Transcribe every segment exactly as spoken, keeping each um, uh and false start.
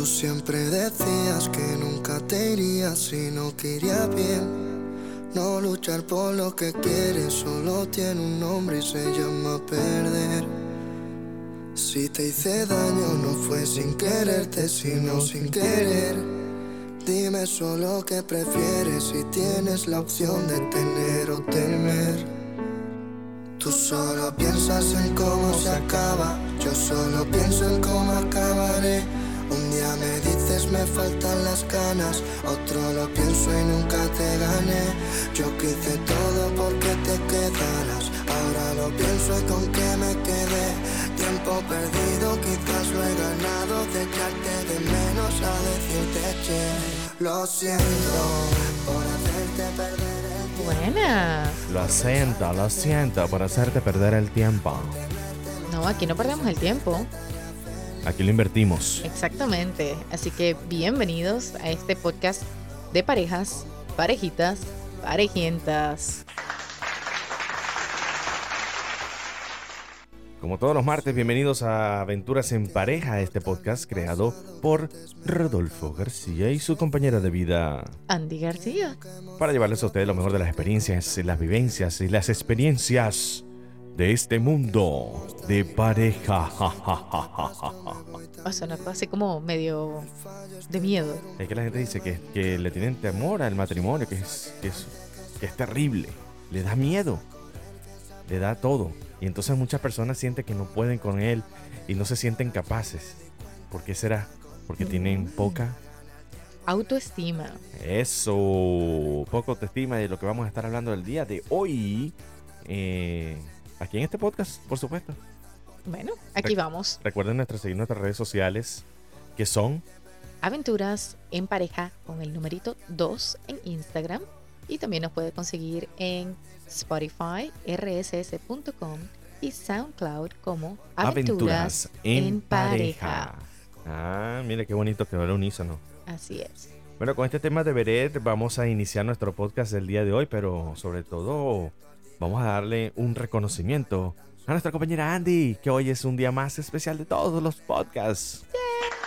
siempre decías que nunca te irías si no quería bien. No luchar por lo que quieres solo tiene un nombre y se llama perder. Si te hice daño no fue sin quererte sino sin querer. Dime solo qué prefieres si tienes la opción de tener o temer. Tú solo piensas en cómo se acaba, yo solo pienso en cómo acabaré. Un día me dices me faltan las ganas, otro lo pienso y nunca te gané. Yo quise todo porque te quedaras, ahora lo pienso y con qué me quedé. Tiempo perdido, quizás lo he ganado, de echarte de menos a decirte che. Lo siento por hacerte perder el tiempo. Buena. Lo siento, lo siento por hacerte perder el tiempo. No, aquí no perdemos el tiempo. Aquí lo invertimos. Exactamente. Así que bienvenidos a este podcast de parejas, parejitas, parejientas. Como todos los martes, bienvenidos a Aventuras en Pareja, este podcast creado por Rodolfo García y su compañera de vida, Andy García. para llevarles a ustedes lo mejor de las experiencias, las vivencias y las experiencias de este mundo de pareja. O sea, no fue así como medio de miedo. Es que la gente dice que, que le tienen temor al matrimonio, que es, que, es, que es terrible, le da miedo, le da todo. Y entonces muchas personas sienten que no pueden con él y no se sienten capaces. ¿Por qué será? Porque mm. tienen poca autoestima. Eso, poca autoestima, de lo que vamos a estar hablando el día de hoy. Eh, aquí en este podcast, por supuesto. Bueno, aquí Re- vamos. Recuerden nuestras, seguir nuestras redes sociales, que son Aventuras en Pareja con el numerito dos en Instagram. Y también nos puede conseguir en Spotify, erre ese ese punto com y SoundCloud como Aventuras, Aventuras en, en pareja. pareja. Ah, mire qué bonito quedó el unísono. Así es. Bueno, con este tema de Beret vamos a iniciar nuestro podcast del día de hoy, pero sobre todo vamos a darle un reconocimiento a nuestra compañera Andy, que hoy es un día más especial de todos los podcasts. Yeah.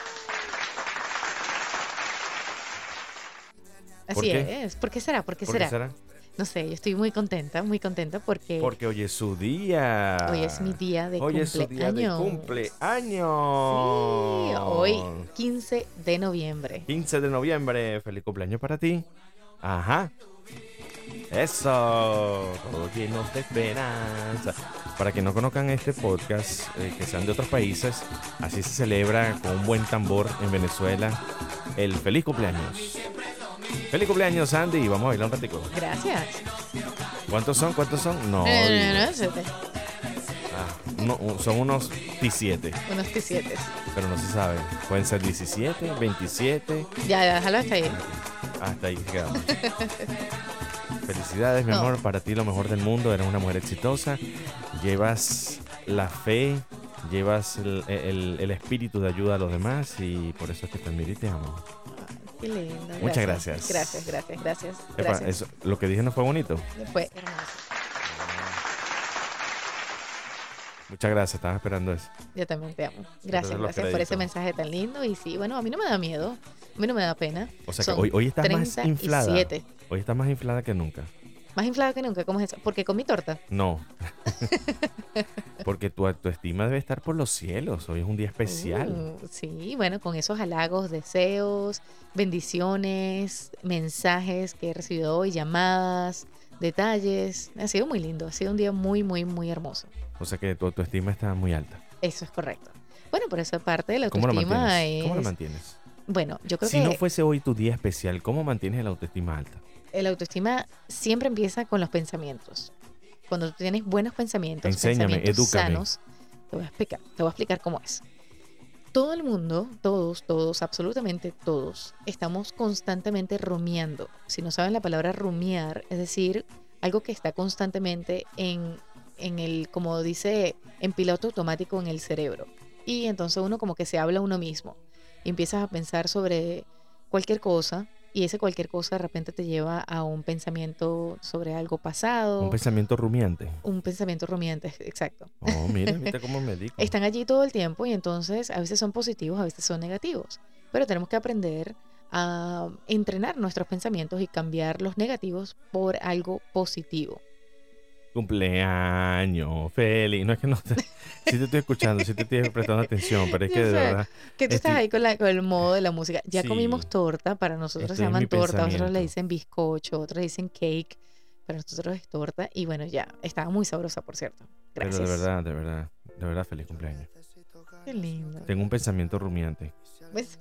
Así es. ¿Por qué será? ¿Por qué ¿Por será? qué será? No sé, yo estoy muy contenta, muy contenta porque... Porque hoy es su día. Hoy es mi día de hoy cumpleaños. Hoy es su día de cumpleaños. Sí, hoy quince de noviembre. quince de noviembre. Feliz cumpleaños para ti. Ajá. Eso. Todos llenos de esperanza. Para que no conozcan este podcast, eh, que sean de otros países, así se celebra con un buen tambor en Venezuela el feliz cumpleaños. Feliz cumpleaños, Andy. Vamos a bailar un ratico. Gracias. ¿Cuántos son? ¿Cuántos son? No. No, no, no, no. Ah, no, son unos diecisiete. Unos diecisiete. Pero no se sabe. Pueden ser diecisiete, veintisiete. Ya, ya, déjalo hasta ahí. Hasta ahí quedamos. Felicidades, mi no. amor. Para ti lo mejor del mundo. Eres una mujer exitosa. Llevas la fe. Llevas el, el, el espíritu de ayuda a los demás. Y por eso es que te admiro y te amo. Qué lindo. Gracias. Muchas gracias. Gracias, gracias, gracias. Epa, gracias. Eso, lo que dije no fue bonito. Fue hermoso. Muchas gracias, estaba esperando eso. Yo también te amo. Gracias, gracias por ese mensaje tan lindo. Y sí, bueno, a mí no me da miedo. A mí no me da pena. O sea que Son hoy, hoy estás treinta y siete. más inflada. Hoy estás más inflada que nunca. Más inflada que nunca, ¿cómo es eso? ¿Porque comí torta? No. Porque tu autoestima debe estar por los cielos. Hoy es un día especial. Uh, sí, bueno, con esos halagos, deseos, bendiciones, mensajes que he recibido hoy, llamadas, detalles. Ha sido muy lindo. Ha sido un día muy, muy, muy hermoso. O sea que tu autoestima está muy alta. Eso es correcto. Bueno, por esa parte de la ¿Cómo autoestima lo es... ¿Cómo lo mantienes? Bueno, yo creo si que... Si no fuese hoy tu día especial, ¿cómo mantienes la autoestima alta? La autoestima siempre empieza con los pensamientos. Cuando tú tienes buenos pensamientos, Enséñame, pensamientos edúcame. sanos, te voy a explicar, te voy a explicar cómo es. Todo el mundo, todos, todos, absolutamente todos, estamos constantemente rumiando. Si no saben la palabra rumiar, es decir, algo que está constantemente en, en el, como dice, en piloto automático en el cerebro. Y entonces uno como que se habla a uno mismo y empiezas a pensar sobre cualquier cosa. Y ese cualquier cosa de repente te lleva a un pensamiento sobre algo pasado. Un pensamiento rumiante. Un pensamiento rumiante, exacto. Oh, mira, mira cómo me digo. Están allí todo el tiempo y entonces a veces son positivos, a veces son negativos. pero tenemos que aprender a entrenar nuestros pensamientos y cambiar los negativos por algo positivo. Cumpleaños, feliz. No es que no te... Sí te estoy escuchando, sí te estoy prestando atención, pero es Yo que de sé verdad... que tú estoy- estás ahí con, la, con el modo de la música. Ya Sí. comimos torta, para nosotros se Estoy en llaman mi torta, otros le pensamiento. dicen bizcocho, otros le dicen cake, para nosotros es torta. Y bueno, ya, estaba muy sabrosa, por cierto. Pero Gracias. de verdad, de verdad, de verdad, feliz cumpleaños. Qué lindo. Tengo un pensamiento rumiante. ¿Ves?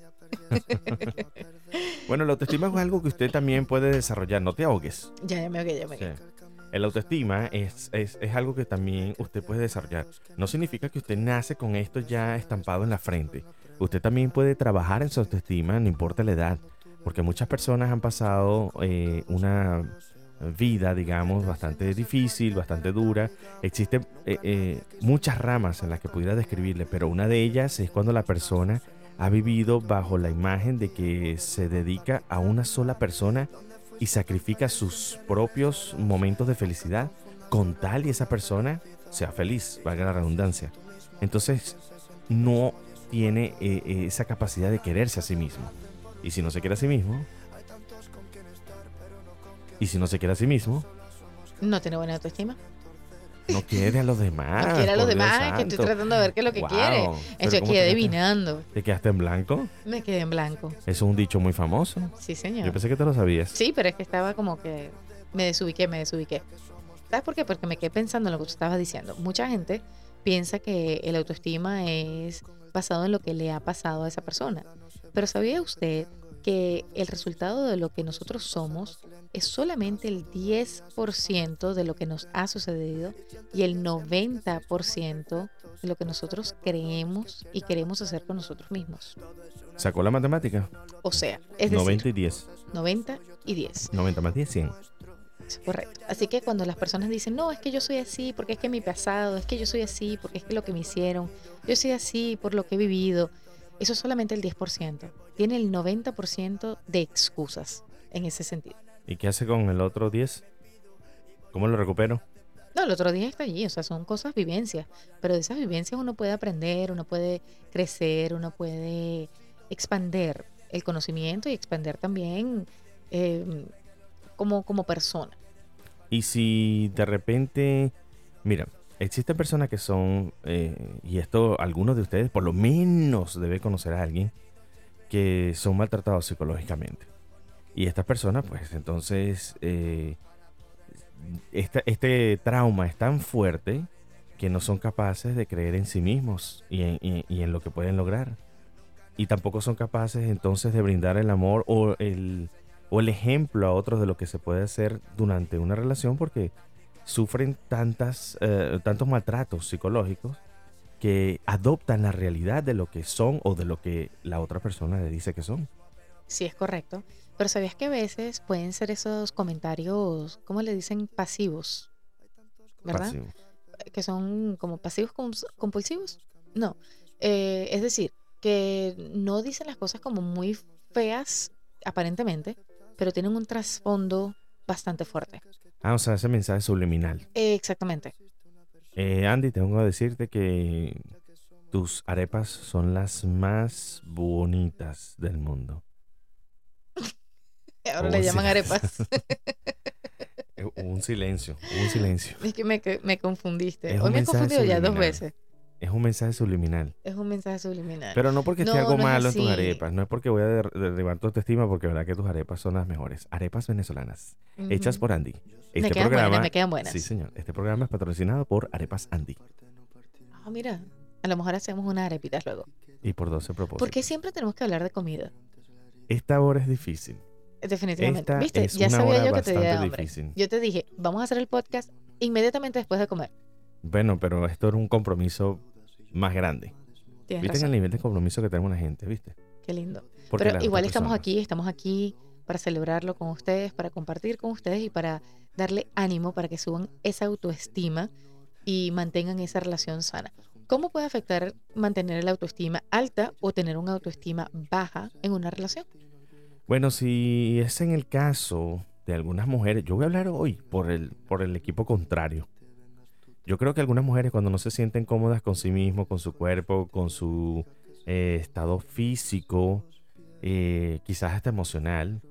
Bueno, la autoestima es algo que usted también puede desarrollar. No te ahogues. Ya, ya me ogué, ya me Sí. ogué. El autoestima es, es, es algo que también usted puede desarrollar. No significa que usted nace con esto ya estampado en la frente. Usted también puede trabajar en su autoestima, no importa la edad. Porque muchas personas han pasado eh, una vida, digamos, bastante difícil, bastante dura. Existen eh, eh, muchas ramas en las que pudiera describirle, pero una de ellas es cuando la persona ha vivido bajo la imagen de que se dedica a una sola persona y sacrifica sus propios momentos de felicidad con tal y esa persona sea feliz, valga la redundancia. Entonces no tiene eh, eh, esa capacidad de quererse a sí mismo. Y si no se quiere a sí mismo, y si no se quiere a sí mismo, No tiene buena autoestima. no quiere a los demás. No quiere a los por Dios demás, que estoy santo. tratando de ver qué es lo que Wow, quiere. pero Estoy ¿cómo aquí te quedaste? adivinando. ¿Te quedaste en blanco? Me quedé en blanco. Eso es un dicho muy famoso. Sí, Yo señor. pensé que te lo sabías. Sí, pero es que estaba como que me desubiqué, me desubiqué. ¿Sabes por qué? Porque me quedé pensando en lo que tú estabas diciendo. Mucha gente piensa que el autoestima es basado en lo que le ha pasado a esa persona. Pero ¿sabía usted que el resultado de lo que nosotros somos es solamente el diez por ciento de lo que nos ha sucedido y el noventa por ciento de lo que nosotros creemos y queremos hacer con nosotros mismos? ¿Sacó la matemática? O sea, es decir, noventa y diez. noventa y diez. noventa más diez, cien. Es correcto. Así que cuando las personas dicen, no, es que yo soy así porque es que mi pasado, es que yo soy así porque es que lo que me hicieron, yo soy así por lo que he vivido, eso es solamente el diez por ciento. Tiene el noventa por ciento de excusas en ese sentido. ¿Y qué hace con el otro diez? ¿Cómo lo recupero? No, el otro día está allí, o sea, son cosas, vivencias, pero de esas vivencias uno puede aprender, uno puede crecer, uno puede expander el conocimiento y expander también eh, como, como persona. Y si de repente, mira, existen personas que son, eh, y esto algunos de ustedes por lo menos debe conocer a alguien, que son maltratados psicológicamente. Y estas personas, pues entonces, eh, esta- este trauma es tan fuerte que no son capaces de creer en sí mismos y en, y- y en lo que pueden lograr. Y tampoco son capaces entonces de brindar el amor o el, o el ejemplo a otros de lo que se puede hacer durante una relación porque sufren tantas, eh, tantos maltratos psicológicos que adoptan la realidad de lo que son o de lo que la otra persona le dice que son. Sí, es correcto. Pero ¿sabías que a veces pueden ser esos comentarios, ¿cómo le dicen? Pasivos, ¿verdad? Pasivo. Que son como pasivos cons- compulsivos. No. Eh, es decir, que no dicen las cosas como muy feas, aparentemente, pero tienen un trasfondo bastante fuerte. Ah, o sea, ese mensaje subliminal. Eh, exactamente. Eh, Andy, tengo que decirte que tus arepas son las más bonitas del mundo. Ahora Oh, le sí. llaman arepas. Eh, Hubo un silencio, hubo un silencio. Es que me, me confundiste. Es Hoy un me he mensaje confundido ya dos subliminal. veces. Es un mensaje subliminal. Es un mensaje subliminal. Pero no porque esté No, algo no es malo en tus así. arepas. No es porque voy a der- derribar tu autoestima, porque verdad que tus arepas son las mejores. Arepas venezolanas, hechas Ujú. por Andy. Este Me quedan buenas, me quedan buenas. Sí, señor. Este programa es patrocinado por Arepas Andy. Ah, mira, a lo mejor hacemos unas arepitas luego. Y por doce propósitos. ¿Por qué siempre tenemos que hablar de comida? Esta hora es difícil. Definitivamente. Esta ¿Viste? es Ya una sabía hora yo que te diera bastante hambre. difícil. Yo te dije, vamos a hacer el podcast inmediatamente después de comer. Bueno, pero esto era un compromiso más grande. Tienes ¿Viste en el razón. nivel de compromiso que tenemos la gente? ¿Viste? Qué lindo. Porque Pero las igual otras estamos personas- aquí, estamos aquí para celebrarlo con ustedes, para compartir con ustedes y para darle ánimo para que suban esa autoestima y mantengan esa relación sana. ¿Cómo puede afectar mantener la autoestima alta o tener una autoestima baja en una relación? Bueno, si es en el caso de algunas mujeres, yo voy a hablar hoy por el, por el equipo contrario. Yo creo que algunas mujeres cuando no se sienten cómodas con sí mismos, con su cuerpo, con su eh, estado físico, eh, quizás hasta emocional,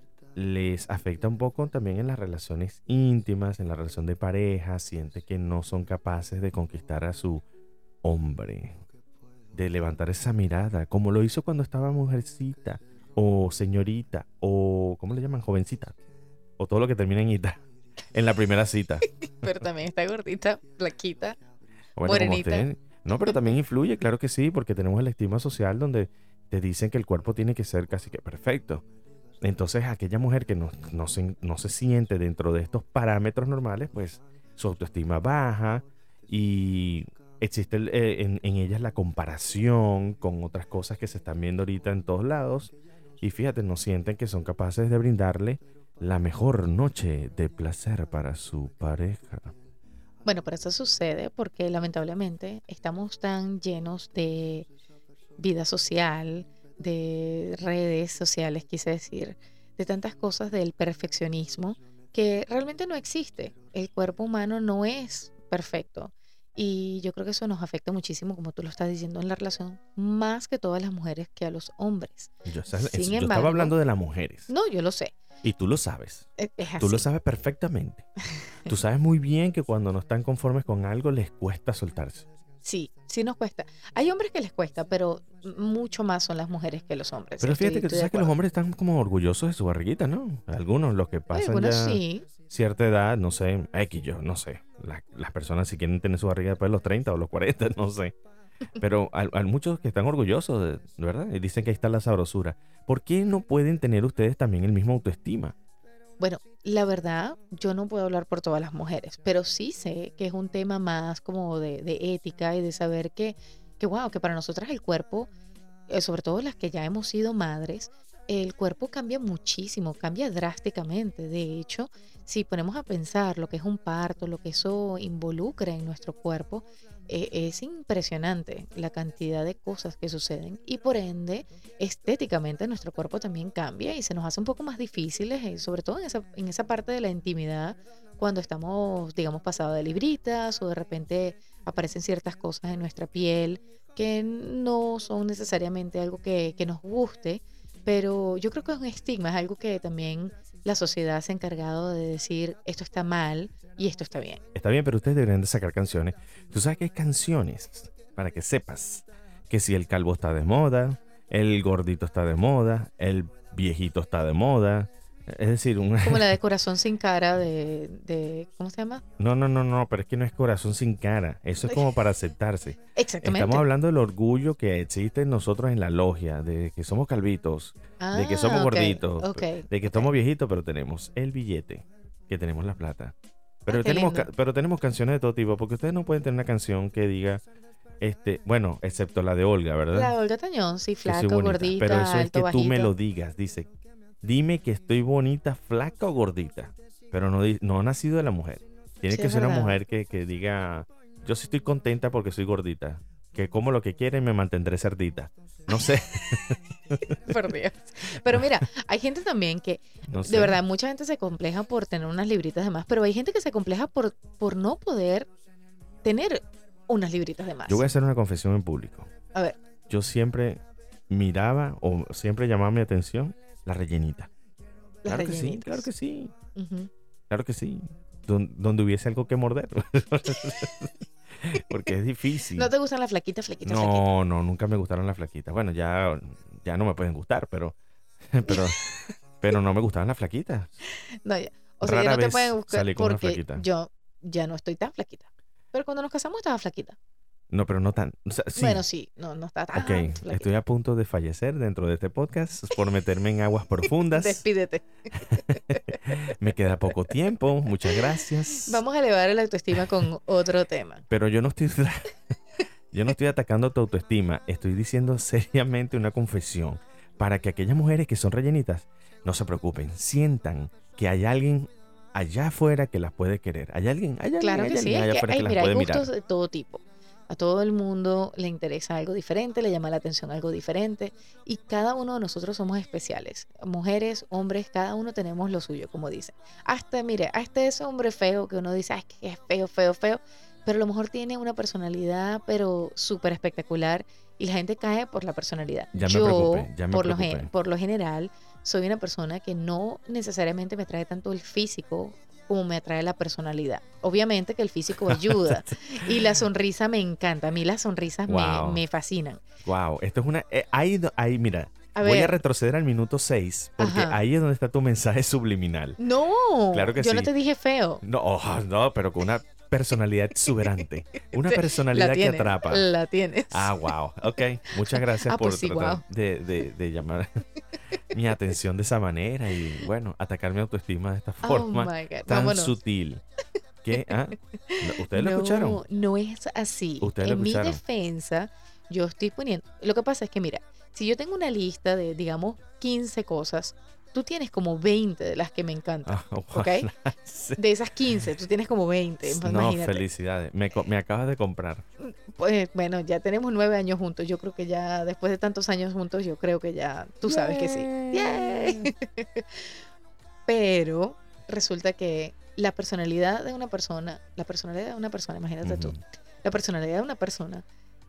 les afecta un poco también en las relaciones íntimas, en la relación de pareja, siente que no son capaces de conquistar a su hombre, de levantar esa mirada, como lo hizo cuando estaba mujercita, o señorita, o ¿cómo le llaman? Jovencita, o todo lo que termina en ita, en la primera cita. Pero también está gordita, flaquita, Bueno, como morenita. usted. No, pero también influye, claro que sí, porque tenemos el estigma social donde te dicen que el cuerpo tiene que ser casi que perfecto. Entonces, aquella mujer que no, no, se, no se siente dentro de estos parámetros normales, pues su autoestima baja y existe el- eh, en, en ellas la comparación con otras cosas que se están viendo ahorita en todos lados. Y fíjate, no sienten que son capaces de brindarle la mejor noche de placer para su pareja. Bueno, pero eso sucede porque lamentablemente estamos tan llenos de vida social, de redes sociales, quise decir, de tantas cosas del perfeccionismo que realmente no existe. El cuerpo humano no es perfecto. Y yo creo que eso nos afecta muchísimo, como tú lo estás diciendo, en la relación, más que todas las mujeres que a los hombres. Yo, ¿sabes? Sin Eso- yo embargo, estaba hablando de las mujeres. no, yo lo sé, Y tú lo sabes. es, es Tú lo así. sabes perfectamente. Tú sabes muy bien que cuando no están conformes con algo les cuesta soltarse. Sí, sí nos cuesta. Hay hombres que les cuesta, pero mucho más son las mujeres que los hombres. Pero Estoy, fíjate que tú estoy de sabes que los acuerdo. hombres están como orgullosos de su barriguita, ¿no? Algunos, los que Hay pasan algunos ya sí. cierta edad, no sé, X yo, no sé. La- las personas si quieren tener su barriga después de los treinta o los cuarenta, no sé. Pero hay, hay muchos que están orgullosos, de, de ¿verdad? Y dicen que ahí está la sabrosura. ¿Por qué no pueden tener ustedes también el mismo autoestima? Bueno, la verdad, yo no puedo hablar por todas las mujeres, pero sí sé que es un tema más como de, de ética y de saber que, que, wow, que para nosotras el cuerpo, eh, sobre todo las que ya hemos sido madres, el cuerpo cambia muchísimo, cambia drásticamente. De hecho, si ponemos a pensar lo que es un parto, lo que eso involucra en nuestro cuerpo, eh, es impresionante la cantidad de cosas que suceden y por ende, estéticamente nuestro cuerpo también cambia y se nos hace un poco más difíciles, eh, sobre todo en esa, en esa parte de la intimidad, cuando estamos, digamos, pasados de libritas o de repente aparecen ciertas cosas en nuestra piel que no son necesariamente algo que, que nos guste, pero yo creo que es un estigma, es algo que también la sociedad se ha encargado de decir esto está mal y esto está bien. Está bien, pero ustedes deberían de sacar canciones. Tú sabes que hay canciones, para que sepas, que si el calvo está de moda, el gordito está de moda, el viejito está de moda. Es decir, un... Como la de Corazón sin cara de, de ¿cómo se llama? No, no, no, no, pero es que no es corazón sin cara. Eso es como para aceptarse. Exactamente. Estamos hablando del orgullo que existe en nosotros en la logia, de que somos calvitos, de que somos Ah, ok, gorditos, ok, de que ok. somos viejitos, pero tenemos el billete, que tenemos la plata. Pero, Ah, qué tenemos, lindo. ca- pero tenemos canciones de todo tipo, porque ustedes no pueden tener una canción que diga, este, bueno, excepto la de Olga, ¿verdad? La de Olga Tañón, sí, Que soy flaca, bonita. gordita, Pero eso es alto, que tú me bajito. lo digas, dice, dime que estoy bonita, flaca o gordita, pero no, di- no ha nacido de la mujer. Tiene Sí, que es ser una verdad. mujer que, que diga, yo sí estoy contenta porque soy gordita, que como lo que quieren me mantendré cerdita. No sé, Por Dios. Pero mira, hay gente también que, no sé. de verdad, mucha gente se compleja por tener unas libritas de más, pero hay gente que se compleja por, por no poder tener unas libritas de más. Yo voy a hacer una confesión en público. A ver, Yo siempre miraba o siempre llamaba mi atención la rellenita. las Claro que sí, rellenitas. claro que sí, Ujú. claro que sí. Don- donde hubiese algo que morder. Porque es difícil. ¿No te gustan las flaquitas, flaquitas, flaquitas? No, no, nunca me gustaron las flaquitas. Bueno, ya, ya no me pueden gustar, pero, pero, pero no me gustaban las flaquitas. No, ya. O sea, ya Rara no te vez pueden buscar salí con una porque flaquita. yo ya no estoy tan flaquita. Pero cuando nos casamos estaba flaquita. No, pero no tan. O sea, sí. Bueno, sí, no, no estaba tan Ok, flaquita. estoy a punto de fallecer dentro de este podcast por meterme en aguas profundas. Despídete. Me queda poco tiempo, muchas gracias. Vamos a elevar el autoestima con otro tema. Pero yo no estoy yo no estoy atacando tu autoestima, estoy diciendo seriamente una confesión para que aquellas mujeres que son rellenitas no se preocupen, sientan que hay alguien allá afuera que las puede querer. Hay alguien, hay alguien, Claro hay que sí, alguien es allá que afuera hay, que las mira, hay puede mirar. gustos de todo tipo. A todo el mundo le interesa algo diferente, le llama la atención algo diferente y cada uno de nosotros somos especiales. Mujeres, hombres, cada uno tenemos lo suyo, como dicen. Hasta, mire, hasta ese hombre feo que uno dice, ay, que es feo, feo, feo. pero a lo mejor tiene una personalidad, pero súper espectacular, y la gente cae por la personalidad. Ya me Yo, preocupé, ya me por lo, preocupé. gen- por lo general, soy una persona que no necesariamente me atrae tanto el físico como me atrae la personalidad. Obviamente que el físico ayuda y la sonrisa me encanta. A mí las sonrisas me, Wow. me fascinan. Wow, esto es una... eh, ahí, do- ahí, mira, A voy a ver. retroceder al minuto seis, porque Ajá. ahí es donde está tu mensaje subliminal. No, Claro que yo no sí. te dije feo. No, oh, no, pero con una personalidad exuberante. Una Sí, personalidad la que tienes, atrapa. la tienes. Ah, wow. Ok, muchas gracias Ah, por pues sí, tratar wow. de, de- de llamar mi atención de esa manera y, bueno, atacar mi autoestima de esta Oh forma my God. tan Vámonos. sutil. ¿Qué? ¿Ah? No, ¿Ustedes lo No, escucharon? no es así. Ustedes lo En mi escucharon. defensa, yo estoy poniendo. Lo que pasa es que, mira, si yo tengo una lista de, digamos, quince cosas, tú tienes como veinte de las que me encantan. Ah, ¿Ok? sí. De esas quince, tú tienes como veinte. No, Imagínate. felicidades. Me, co- me acabas de comprar. Pues bueno, ya tenemos nueve años juntos. Yo creo que ya, después de tantos años juntos, yo creo que ya tú sabes que sí. ¡Yay! Pero resulta que la personalidad de una persona, la personalidad de una persona, imagínate tú, Ujú. la personalidad de una persona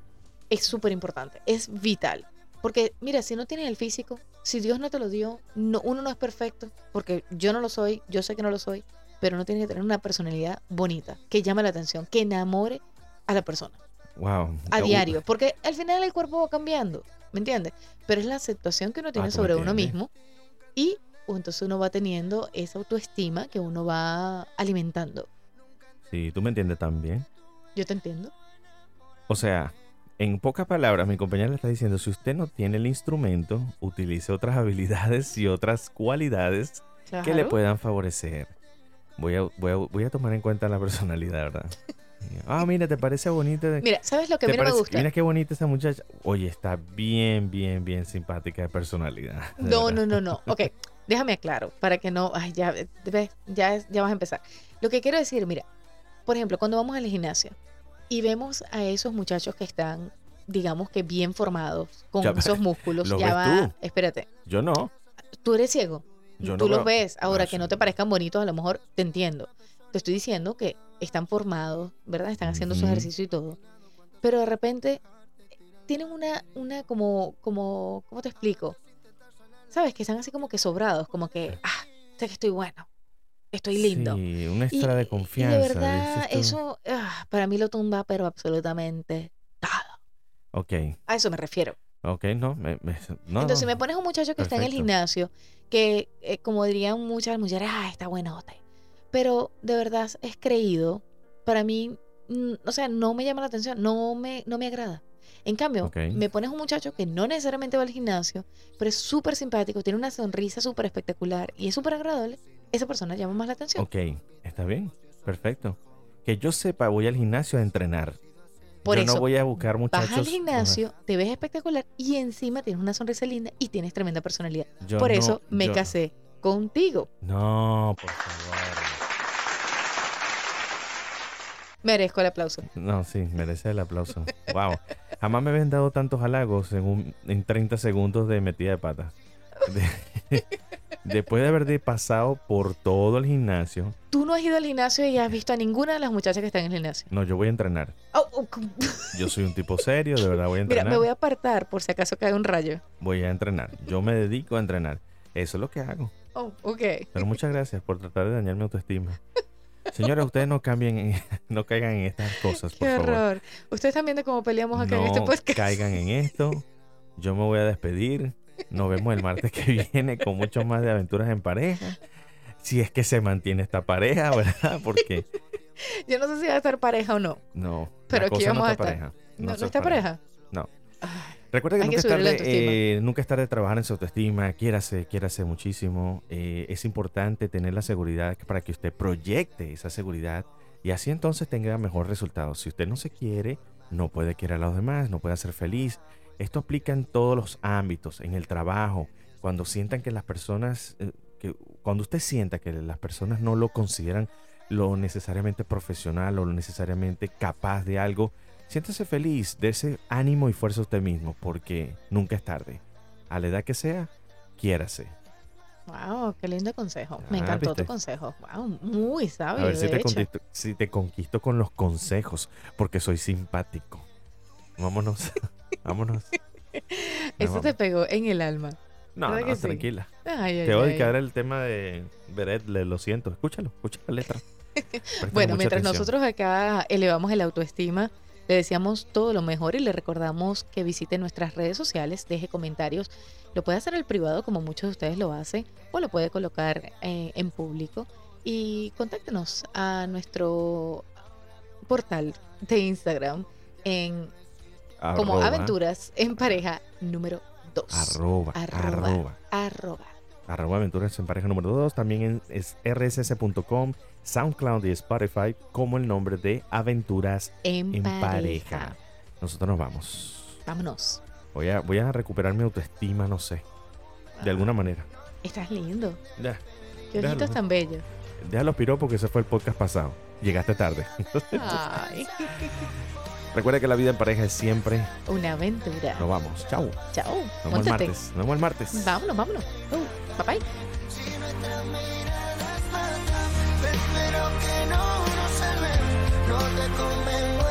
es súper importante, es vital. Porque mira, si no tienes el físico, si Dios no te lo dio, no, uno no es perfecto, porque yo no lo soy, yo sé que no lo soy, pero uno tiene que tener una personalidad bonita, que llame la atención, que enamore a la persona Wow. a Uh, diario, porque al final el cuerpo va cambiando, ¿me entiendes? Pero es la aceptación que uno tiene Ah, ¿tú me sobre uno entiendes? mismo y o entonces uno va teniendo esa autoestima que uno va alimentando. Sí, tú me entiendes también. Yo te entiendo. O sea, en pocas palabras, mi compañera le está diciendo, si usted no tiene el instrumento, utilice otras habilidades y otras cualidades que le Claro. puedan favorecer. Voy a, voy a, voy a tomar en cuenta la personalidad, ¿verdad? Ah, mira, ¿te parece bonita? Mira, ¿sabes lo que a ¿Te mí no me parece- gusta? Mira qué bonita esa muchacha. Oye, está bien, bien, bien simpática de personalidad. de No, verdad. no, no, no. Ok, déjame aclaro para que no. Ay, ya, ves, ya, ya vas a empezar. Lo que quiero decir, mira, por ejemplo, cuando vamos al gimnasio y vemos a esos muchachos que están, digamos que bien formados, con Ya, esos músculos, ¿lo ya ves va. tú? Espérate, Yo no. tú eres ciego. Yo Tú no los veo- ves. Ahora, Ah, que sí. no te parezcan bonitos, a lo mejor te entiendo. Te estoy diciendo que están formados, ¿verdad? Están haciendo su Ujú. ejercicio y todo. Pero de repente tienen una, una como, como, ¿cómo te explico? ¿Sabes? Que están así como que sobrados, como que, ah, sé que estoy bueno, estoy lindo. Sí, un Y, extra de y confianza. de verdad, dices tú. eso ah, para mí lo tumba, pero absolutamente todo. Ok, A eso me refiero. ok, no. Me, me- no, Entonces, no. me pones un muchacho que está en el Perfecto. gimnasio, que, eh, como dirían muchas mujeres, ah, está buenote. Pero de verdad es creído. Para mí, mm, o sea, no me llama la atención, no me, no me agrada. En cambio, Ok. me pones un muchacho que no necesariamente va al gimnasio, pero es súper simpático, tiene una sonrisa súper espectacular y es súper agradable. Esa persona llama más la atención. Ok, está bien. Perfecto. Que yo sepa, voy al gimnasio a entrenar. Por yo eso, no voy a buscar muchachos. vas al gimnasio, te ves espectacular y encima tienes una sonrisa linda y tienes tremenda personalidad. Yo Por no- eso me yo- casé contigo. No, por favor. Merezco el aplauso. No, sí, merece el aplauso. Wow. Jamás me habían dado tantos halagos en, un, en treinta segundos de metida de pata. De- después de haber de pasado por todo el gimnasio. Tú no has ido al gimnasio y has visto a ninguna de las muchachas que están en el gimnasio. No, yo voy a entrenar. Oh, oh, Yo soy un tipo serio, de verdad voy a Mira, entrenar. me voy a apartar por si acaso cae un rayo. Voy a entrenar. Yo me dedico a entrenar. Eso es lo que hago. Oh, ok. Pero muchas gracias por tratar de dañar mi autoestima. Señores, ustedes no cambien, en- no caigan en estas cosas, por Qué favor. horror. Ustedes están viendo cómo peleamos acá en este No podcast. caigan en esto. Yo me voy a despedir. Nos vemos el martes que viene con mucho más de aventuras en pareja. Si es que se mantiene esta pareja, ¿verdad? Porque Yo no sé si va a estar pareja o no. no, Pero la aquí cosa no vamos a está estar. pareja. ¿No, no se está pareja? No. Ay, Recuerda que Hay nunca, que es subirle la tarde, autoestima. eh, nunca es tarde trabajar en su autoestima. Quiérase, quiérase muchísimo. Eh, es importante tener la seguridad para que usted proyecte esa seguridad y así entonces tenga mejor resultado. Si usted no se quiere, no puede querer a los demás, no puede ser feliz. Esto aplica en todos los ámbitos, en el trabajo, cuando sientan que las personas, eh, que cuando usted sienta que las personas no lo consideran lo necesariamente profesional o lo necesariamente capaz de algo, siéntese feliz, dése ánimo y fuerza a usted mismo, porque nunca es tarde. A la edad que sea, quiérase. Wow, qué lindo consejo. Me Ah, encantó ¿viste? tu consejo. Wow, muy A sabio, ver si de te, hecho. conquisto, si te conquisto con los consejos, porque soy simpático. Vámonos, vámonos. Nos Eso te vamos. pegó en el alma. No, ¿Verdad no, que sí? tranquila. Ay, ay, Te voy a ay. dedicar el tema de Beret, le- lo siento. Escúchalo, escucha la letra. Préstale Bueno, mucha mientras atención. nosotros acá elevamos el autoestima, le deseamos todo lo mejor y le recordamos que visite nuestras redes sociales, deje comentarios. Lo puede hacer al privado como muchos de ustedes lo hacen o lo puede colocar eh, en público y contáctenos a nuestro portal de Instagram en como Arroba, Aventuras en Pareja número dos. arroba, Arroba. arroba. Arroba. Arroba Aventuras en Pareja número dos. También en es erre ese ese punto com, SoundCloud y Spotify como el nombre de Aventuras En, en pareja. Pareja. Nosotros nos vamos. Vámonos. Voy a, voy a recuperar mi autoestima, no sé. De alguna manera. Estás lindo. Ya. Qué Déjalo. ojitos tan bellos. Deja los piropos que ese fue el podcast pasado. Llegaste tarde. Ay, Recuerda que la vida en pareja es siempre. una aventura. Nos vamos. Chau. Chao. Nos vemos el Móntate. martes. Nos vemos el martes. Vámonos, vámonos. Uh, bye bye. Si nuestras miradas matan, espero que no nos salven. No te convengo